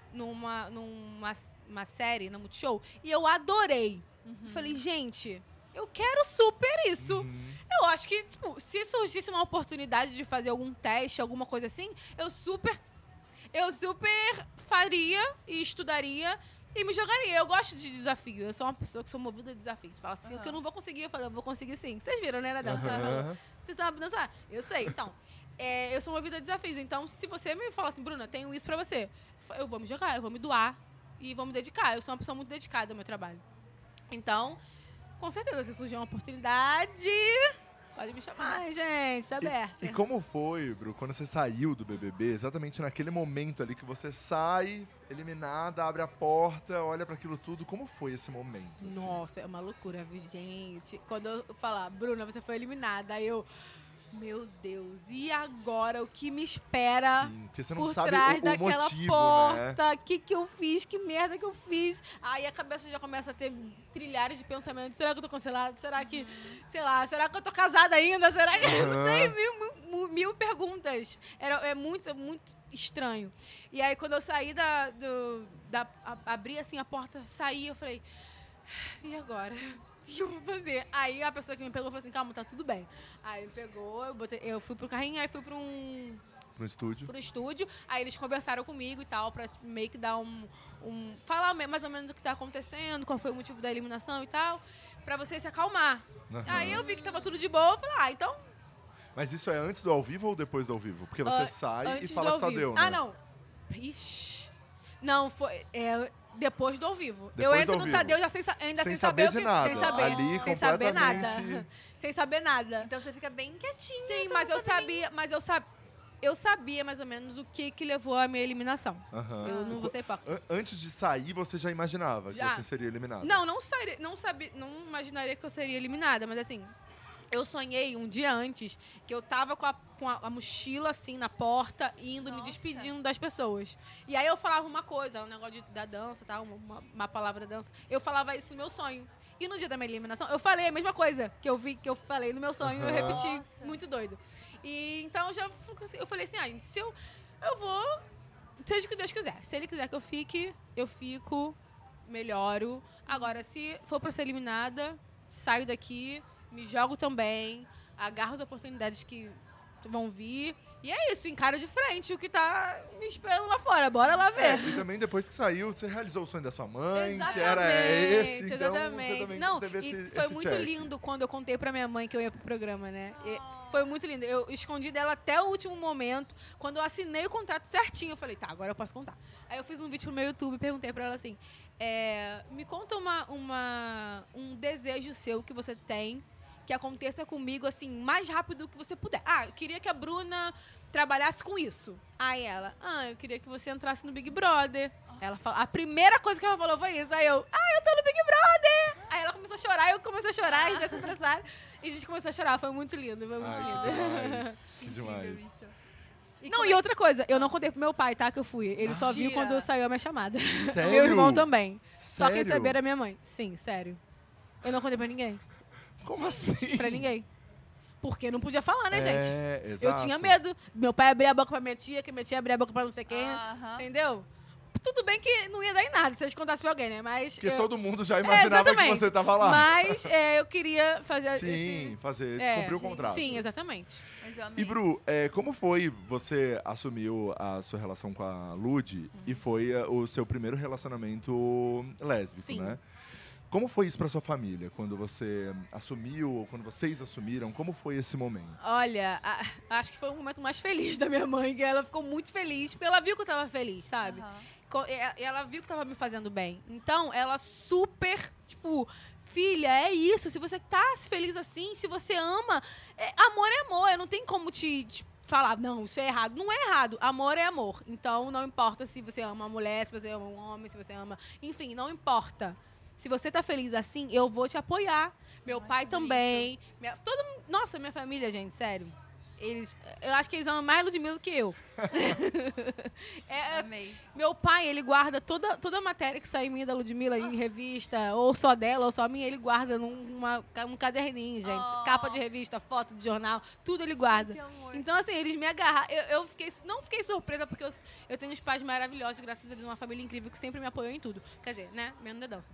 numa série, na Multishow, e eu adorei. Eu falei, gente, eu quero super isso. Uhum. Eu acho que, tipo, se surgisse uma oportunidade de fazer algum teste, alguma coisa assim, eu super faria e estudaria e me jogaria. Eu gosto de desafio. Eu sou uma pessoa que sou movida a desafios. Fala assim, o que eu não vou conseguir, eu falo, eu vou conseguir sim. Vocês viram, né, na dança? Aham. Você sabe dançar? Eu sei. Então, eu sou movida a desafios. Então, se você me fala assim, Bruna, tenho isso pra você, eu vou me jogar, eu vou me doar e vou me dedicar. Eu sou uma pessoa muito dedicada ao meu trabalho. Então, com certeza, se surgir uma oportunidade, pode me chamar, gente. Tá aberto. E como foi, Bru, quando você saiu do BBB, exatamente naquele momento ali que você sai, eliminada, abre a porta, olha pra aquilo tudo, como foi esse momento? assim? Nossa, é uma loucura, viu, gente? Quando eu falar, Bruna, você foi eliminada, aí eu... Meu Deus, e agora? O que me espera Sim, porque você não por sabe trás o daquela motivo, né? porta? O que eu fiz? Que merda que eu fiz? Aí a cabeça já começa a ter trilhares de pensamentos. Será que eu tô cancelada? Será que... Sei lá, será que eu tô casada ainda? Será que... Eu não sei, mil perguntas. É muito estranho. E aí, quando eu saí abri assim a porta, saí, eu falei... E agora? O que eu vou fazer? Aí a pessoa que me pegou falou assim, calma, tá tudo bem. Aí me pegou, eu fui pro carrinho, aí fui pro estúdio. Aí eles conversaram comigo e tal, pra meio que dar falar mais ou menos o que tá acontecendo, qual foi o motivo da eliminação e tal, pra você se acalmar. Aham. Aí eu vi que tava tudo de boa, eu falei, então... Mas isso é antes do ao vivo ou depois do ao vivo? Porque você sai e antes fala do que tá ao vivo. deu, né? Não. Ixi. Não, foi... depois do ao vivo. Depois eu do entro ao no vivo. Tadeu já sem Sem saber saber o que... de nada. Sem saber. Ali, sem saber nada. completamente... Sem saber nada. Então você fica bem quietinha. Sim, você mas não eu sabe nem- sabia, eu sabia mais ou menos o que levou à minha eliminação. Aham. Eu não vou ser hipócrita. Antes de sair, você já imaginava Já. que você seria eliminada? Não imaginaria que eu seria eliminada, mas assim, eu sonhei um dia antes que eu tava com a mochila assim na porta, indo, me Nossa. despedindo das pessoas. E aí eu falava uma coisa, um negócio da dança, tá? Uma palavra da dança. Eu falava isso no meu sonho. E no dia da minha eliminação, eu falei a mesma coisa que eu falei no meu sonho, eu Aham. repeti, Nossa. muito doido. E então eu falei assim, se eu vou, seja o que Deus quiser. Se ele quiser que eu fico, melhoro. Agora, se for pra ser eliminada, saio daqui, me jogo também, agarro as oportunidades que vão vir. E é isso, encaro de frente o que tá me esperando lá fora. Bora lá ver. E também depois que saiu, você realizou o sonho da sua mãe, Exatamente, que era esse, então exatamente. você também Não, teve e esse foi esse muito check. lindo quando eu contei pra minha mãe que eu ia pro programa, né? Foi muito lindo. Eu escondi dela até o último momento. Quando eu assinei o contrato certinho, eu falei, tá, agora eu posso contar. Aí eu fiz um vídeo pro meu YouTube e perguntei pra ela assim, me conta um desejo seu que você tem que aconteça comigo, assim, mais rápido que você puder. Eu queria que a Bruna trabalhasse com isso. Aí ela, eu queria que você entrasse no Big Brother. Ela falou, a primeira coisa que ela falou foi isso. Aí eu tô no Big Brother! Aí ela começou a chorar, eu comecei a chorar, e dessa empresária. E a gente começou a chorar, foi muito lindo, foi muito Ai, lindo. que demais, que demais. Não, e outra coisa, eu não contei pro meu pai, tá, que eu fui. Ele só viu Mentira. quando saiu a minha chamada. Sério? Meu irmão também. Só quem Sério? sabia era minha mãe. Sim, sério. Eu não contei pra ninguém. Como assim? Pra ninguém. Porque não podia falar, né, gente? Exato. Eu tinha medo. Meu pai abria a boca pra minha tia, que minha tia abria a boca pra não sei quem. Entendeu? Tudo bem que não ia dar em nada se eles contassem pra alguém, né? Mas Porque todo mundo já imaginava que você tava lá. Mas eu queria fazer... Sim, cumprir o contrato. Sim, exatamente. Mas eu amei. E, Bru, como foi você assumiu a sua relação com a Lud e foi o seu primeiro relacionamento lésbico, Sim. né? Como foi isso pra sua família? Quando você assumiu, ou quando vocês assumiram, como foi esse momento? Olha, acho que foi o momento mais feliz da minha mãe, que ela ficou muito feliz, porque ela viu que eu tava feliz, sabe? Ela viu que tava me fazendo bem. Então, ela super, tipo, filha, é isso. Se você tá feliz assim, se você ama, amor é amor. Não tem como te falar, não, isso é errado. Não é errado. Amor é amor. Então, não importa se você ama uma mulher, se você ama um homem, se você ama... Enfim, não importa. Se você tá feliz assim, eu vou te apoiar. Meu pai também. Nossa, minha família, gente, sério. Eu acho que eles amam mais Ludmilla do que eu. Amei. Meu pai, ele guarda toda a matéria que sai minha da Ludmilla em revista, ou só dela, ou só minha, ele guarda num caderninho, gente. Capa de revista, foto de jornal, tudo ele guarda. Que amor. Então, assim, eles me agarraram. Não fiquei surpresa, porque eu tenho uns pais maravilhosos, graças a Deus, uma família incrível que sempre me apoiou em tudo. Quer dizer, né? Menos na dança.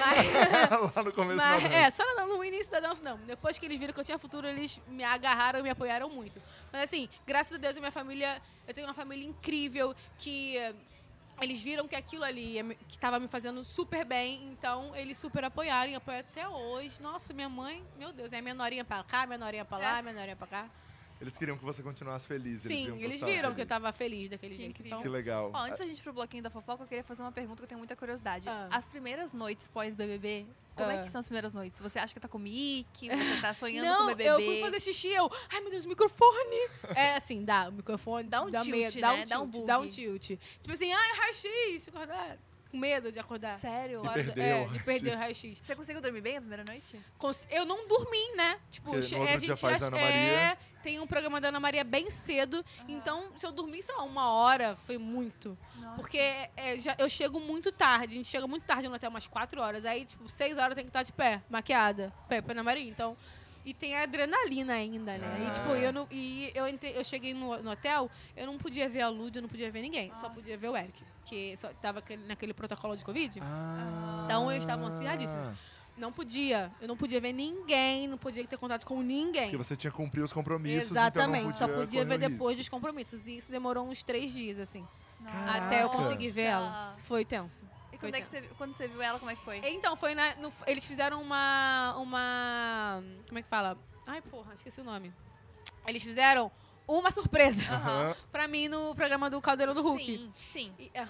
Lá no começo da dança. Só no início da dança, não. Depois que eles viram que eu tinha futuro, eles me agarraram e me apoiaram muito. Mas assim, graças a Deus, eu tenho uma família incrível que eles viram que aquilo ali que estava me fazendo super bem, então eles super apoiaram e apoiam até hoje. Nossa, minha mãe, meu Deus, é minha norinha pra cá, minha norinha pra lá, minha norinha pra cá. Eles queriam que você continuasse feliz. Sim, eles viram que eu tava feliz daquele jeito. Incrível. Então, Que legal. Ó, antes da gente ir pro bloquinho da fofoca, eu queria fazer uma pergunta que eu tenho muita curiosidade. As primeiras noites pós-BBB, como é que são as primeiras noites? Você acha que tá com Mickey? Você tá sonhando com o BBB? Eu fui fazer xixi, ai meu Deus, microfone! Assim, dá, o microfone Dá um tilt, medo, né? dá um tilt. Tipo assim, raio-x, acordar. Com medo de acordar. Sério? De perder o raio-x. Você conseguiu dormir bem a primeira noite? Eu não dormi, né? Tipo, Porque no outro dia faz Ana Maria. Tem um programa da Ana Maria bem cedo. Então, se eu dormir, sei lá, 1 hora, foi muito. Nossa. Porque eu chego muito tarde. A gente chega muito tarde no hotel, umas 4 horas. Aí, tipo, 6 horas eu tenho que estar de pé, maquiada. Pé pra Ana Maria. Então... E tem a adrenalina ainda, né? E, tipo, eu cheguei no hotel, eu não podia ver a Lud, eu não podia ver ninguém. Só podia ver o Eric, que só tava naquele protocolo de Covid. Então, eles estavam acirradíssimos. Eu não podia ver ninguém, não podia ter contato com ninguém. Porque você tinha que cumprir os compromissos, Exatamente, então não só podia ver correr o depois dos compromissos. E isso demorou uns 3 dias, assim. Caraca. Até eu conseguir ver ela. Foi tenso. E quando você viu ela, como é que foi? Então, eles fizeram uma... Como é que fala? Ai, porra, esqueci o nome. Eles fizeram uma surpresa pra mim no programa do Caldeirão do Hulk. Sim.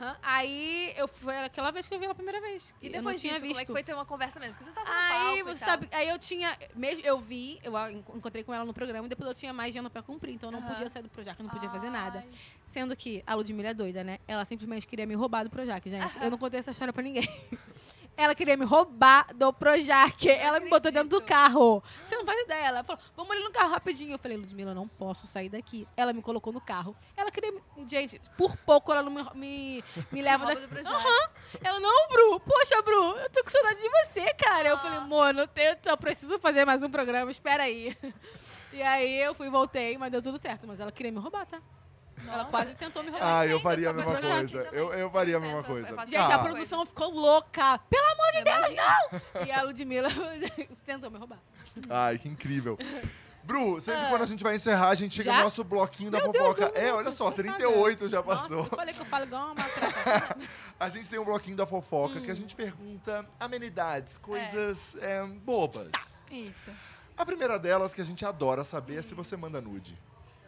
Aí, foi aquela vez que eu vi ela a primeira vez. E depois disso, como é que foi ter uma conversa mesmo? Porque você tava no Aí, palco você sabe, aí eu tinha... Eu encontrei com ela no programa e depois eu tinha mais agenda pra cumprir. Então eu não podia sair do Projac, eu não podia fazer nada. Sendo que a Ludmilla é doida, né? Ela simplesmente queria me roubar do Projac, gente. Eu não contei essa história pra ninguém. Ela queria me roubar do Projac. Ela me botou dentro do carro. Você não faz ideia. Ela falou, vamos ali no carro rapidinho. Eu falei, Ludmilla, eu não posso sair daqui. Ela me colocou no carro. Ela queria... Gente, por pouco ela não me leva do Projac. Ela, não, Bru. Poxa, Bru, eu tô com saudade de você, cara. Eu falei, mano, eu só preciso fazer mais um programa. Espera aí. E aí eu fui e voltei, mas deu tudo certo. Mas ela queria me roubar, tá? Ela quase tentou me roubar. Eu faria a mesma coisa. Eu faria a mesma coisa. Gente, a produção ficou louca. Pelo amor de Deus, não! E a Ludmilla tentou me roubar. Ai, que incrível. Bru, sempre quando a gente vai encerrar, a gente chega no nosso bloquinho da Meu fofoca. Deus, olha só, chocada. 38 já passou. Nossa, eu falei que eu falo igual uma matraca. A gente tem um bloquinho da fofoca que a gente pergunta amenidades, coisas bobas. Isso. A primeira delas que a gente adora saber é se você manda nude.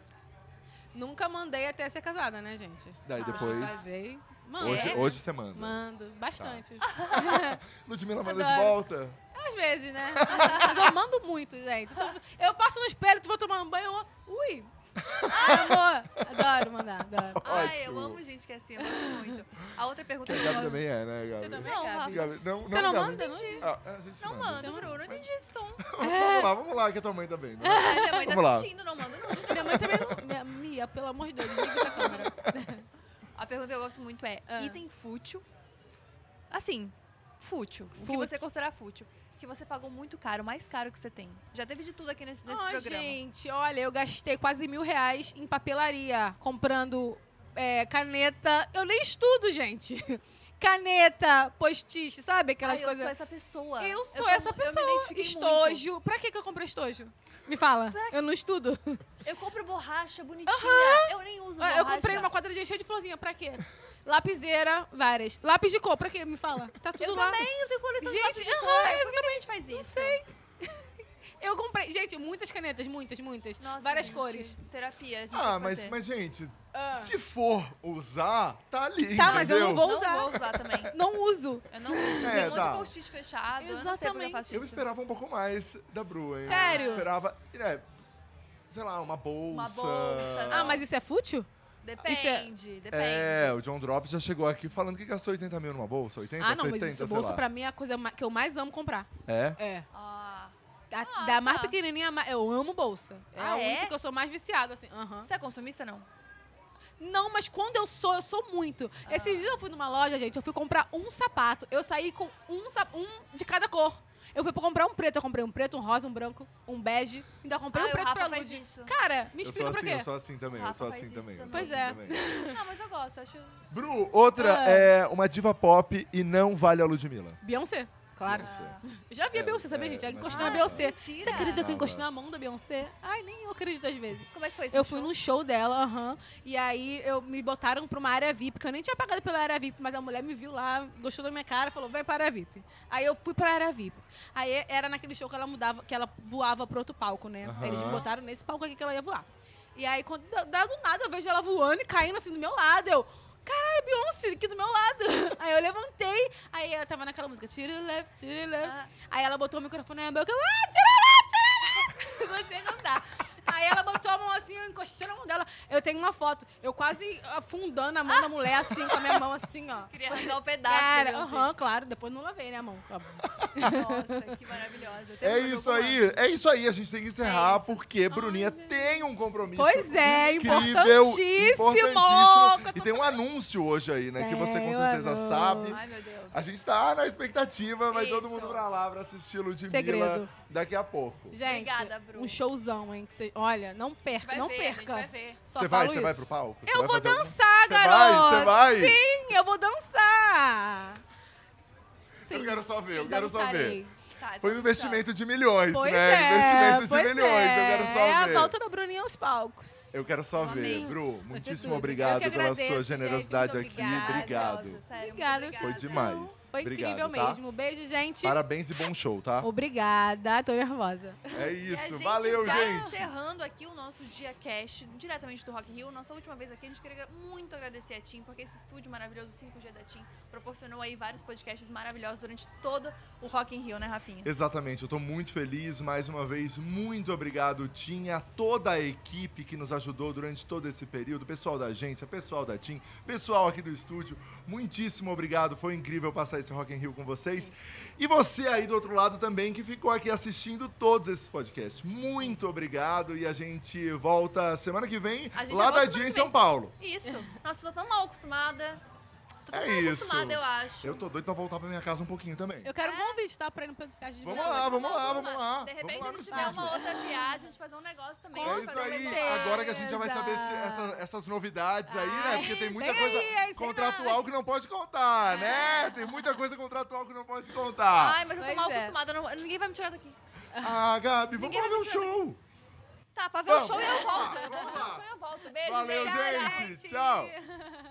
Nunca mandei até ser casada, né, gente? Daí depois... Casei. Mando. Hoje você manda. Mando, bastante. Ludmilla manda de Adoro. volta? Às vezes, né? Mas eu mando muito, gente. Eu passo no espelho, tu vou tomar um banho, ui. Amor. Adoro mandar, adoro. Ai, eu Ótimo. amo gente que é assim, eu gosto muito. A outra pergunta Que a que eu Gabi gosto... também é, né, Gabi? Você também, Não, Gabi? Gabi, não, Você não Gabi. manda, não? A gente Não manda. mando, Bru, não entendi isso, Tom. Vamos lá, que a tua mãe tá vendo. Ai, minha mãe Vamos tá lá. assistindo, não mando não. Minha mãe também não... Mia, pelo amor de Deus, desliga essa câmera. A pergunta que eu gosto muito é, item fútil, assim, fútil, o que Fútil. você considera fútil, que você pagou muito caro, o mais caro que você tem? Já teve de tudo aqui nesse programa. Gente, olha, eu gastei quase R$1.000 em papelaria, comprando caneta. Eu nem estudo, gente. Caneta, post-it, sabe? Aquelas coisas. Eu sou essa pessoa. Eu sou essa pessoa. Eu me identifiquei estojo. muito. Pra que eu comprei estojo? Me fala. Eu não estudo. Eu compro borracha bonitinha. Eu nem uso borracha. Eu comprei uma quadradinha cheia de florzinha. Pra quê? Lapiseira, várias. Lápis de cor, pra quê? Me fala. Tá tudo lá. Eu também, eu tenho coleção de gente, lápis de cor. exatamente. Por que a gente faz isso? Não sei. Eu comprei, gente, muitas canetas, muitas. Nossa, várias gente, cores. Terapia, a gente tem que mas gente, se for usar, tá ali, tá, mas eu entendeu? não vou usar. Não vou usar também. Não uso. Eu não uso. Tem um monte de post-it fechado. Exatamente. Eu não sei porque eu faço isso. Eu esperava um pouco mais da Bru, hein? Sério? Eu esperava, sei lá, uma bolsa. Uma bolsa, não. Mas isso é fútil? Depende. O John Drops já chegou aqui falando que gastou 80 mil numa bolsa. 80, 70, mas isso, bolsa pra mim é a coisa que eu mais amo comprar. É? Da mais pequenininha, eu amo bolsa. É a única é? que eu sou mais viciada, assim. Você é consumista, não? Não, mas quando eu sou muito. Esses dias eu fui numa loja, gente, eu fui comprar um sapato. Eu saí com um de cada cor. Eu fui pra comprar um preto. Eu comprei um preto, um rosa, um branco, um bege. Ainda comprei um preto pra Lud. Isso. Cara, me explica pra quê? Eu sou assim também, eu sou assim também. Pois é. Não, mas eu gosto, acho... Bru, outra é uma diva pop e não vale a Ludmilla. Beyoncé. Claro. Eu já vi a Beyoncé, sabia, gente? Encostei na Ai, Beyoncé. mentira. Você acredita que eu encostei na mão da Beyoncé? Ai, nem eu acredito às vezes. Como é que foi isso? Eu fui num show dela, e aí me botaram pra uma área VIP, que eu nem tinha pagado pela área VIP, mas a mulher me viu lá, gostou da minha cara, falou, vai pra área VIP. Aí eu fui pra área VIP. Aí era naquele show que ela que ela voava pro outro palco, né? Aí eles me botaram nesse palco aqui que ela ia voar. E aí, quando do nada, eu vejo ela voando e caindo assim do meu lado, caralho, Beyoncé, aqui do meu lado. Aí eu levantei, aí ela tava naquela música, tira left. Aí ela botou o microfone na minha boca, tira left. Comecei a cantar. Aí ela botou a mão assim, eu encostei na mão dela. Eu tenho uma foto, eu quase afundando a mão da mulher assim, com a minha mão assim, ó. Queria arrancar um pedaço. Cara, claro, depois não lavei, né, a mão. Nossa, que maravilhosa. É isso aí, a gente tem que encerrar, porque Bruninha tem um compromisso. Pois é, incrível, importantíssimo. E tem um anúncio hoje aí, né, que você com certeza sabe. Ai, meu Deus. A gente tá na expectativa, vai todo mundo pra lá pra assistir Ludmilla daqui a pouco. Gente, obrigada, Bru. um showzão, hein? Olha, não perca, não perca. A gente vai ver. Você vai pro palco? Eu vou dançar, garoto. Você vai? Sim, eu vou dançar. Sim, eu quero só ver. Tá, foi um investimento de milhões, pois né? Investimento de milhões, eu quero só ver. É a volta da Bruninha aos palcos. Eu quero só ver. Bru, muitíssimo tudo. obrigado agradeço, pela sua generosidade gente, aqui. Obrigado. Nossa, sério, Obrigada. Foi demais. Foi obrigado, incrível tá? mesmo. Beijo, gente. Parabéns e bom show, tá? Obrigada, tô nervosa. É E a isso, gente valeu, vai gente. encerrando aqui o nosso Dia Cast, diretamente do Rock in Rio. Nossa última vez aqui, a gente queria muito agradecer a TIM, porque esse estúdio maravilhoso, 5G da TIM, proporcionou aí vários podcasts maravilhosos durante todo o Rock in Rio, né, Rafinha? Exatamente, eu tô muito feliz. Mais uma vez, muito obrigado, TIM, a toda a equipe que nos ajudou durante todo esse período, pessoal da agência, pessoal da TIM, pessoal aqui do estúdio, muitíssimo obrigado. Foi incrível passar esse Rock in Rio com vocês. E você aí do outro lado também, que ficou aqui assistindo todos esses podcasts. Muito obrigado e a gente volta semana que vem, lá da Dia em São Paulo. Isso. Nossa, tô tão mal acostumada. Tô tão É mal isso. acostumada, eu acho. Eu tô doido pra voltar pra minha casa um pouquinho também. Eu quero um convite, tá? Pra ir no podcast de Vamos verdade. lá, vamos lá. De repente, Vamos lá a no gente tiver estúdio. uma outra viagem, a gente fazer um negócio também. Com É isso aí. certeza. Agora que a gente já vai saber essas novidades aí, né? Porque tem muita vem coisa aí, sei contratual que não pode contar, né? Tem muita coisa contratual que não pode contar. Ai, mas eu tô Pois mal é. acostumada. Ninguém vai me tirar daqui. Ah, Gabi, vamos Ninguém lá ver vai o me tirar show. Tá, pra ver o show eu volto. Vamos Pra ver lá. o show eu volto. Beijo, Valeu, gente. gente. Tchau.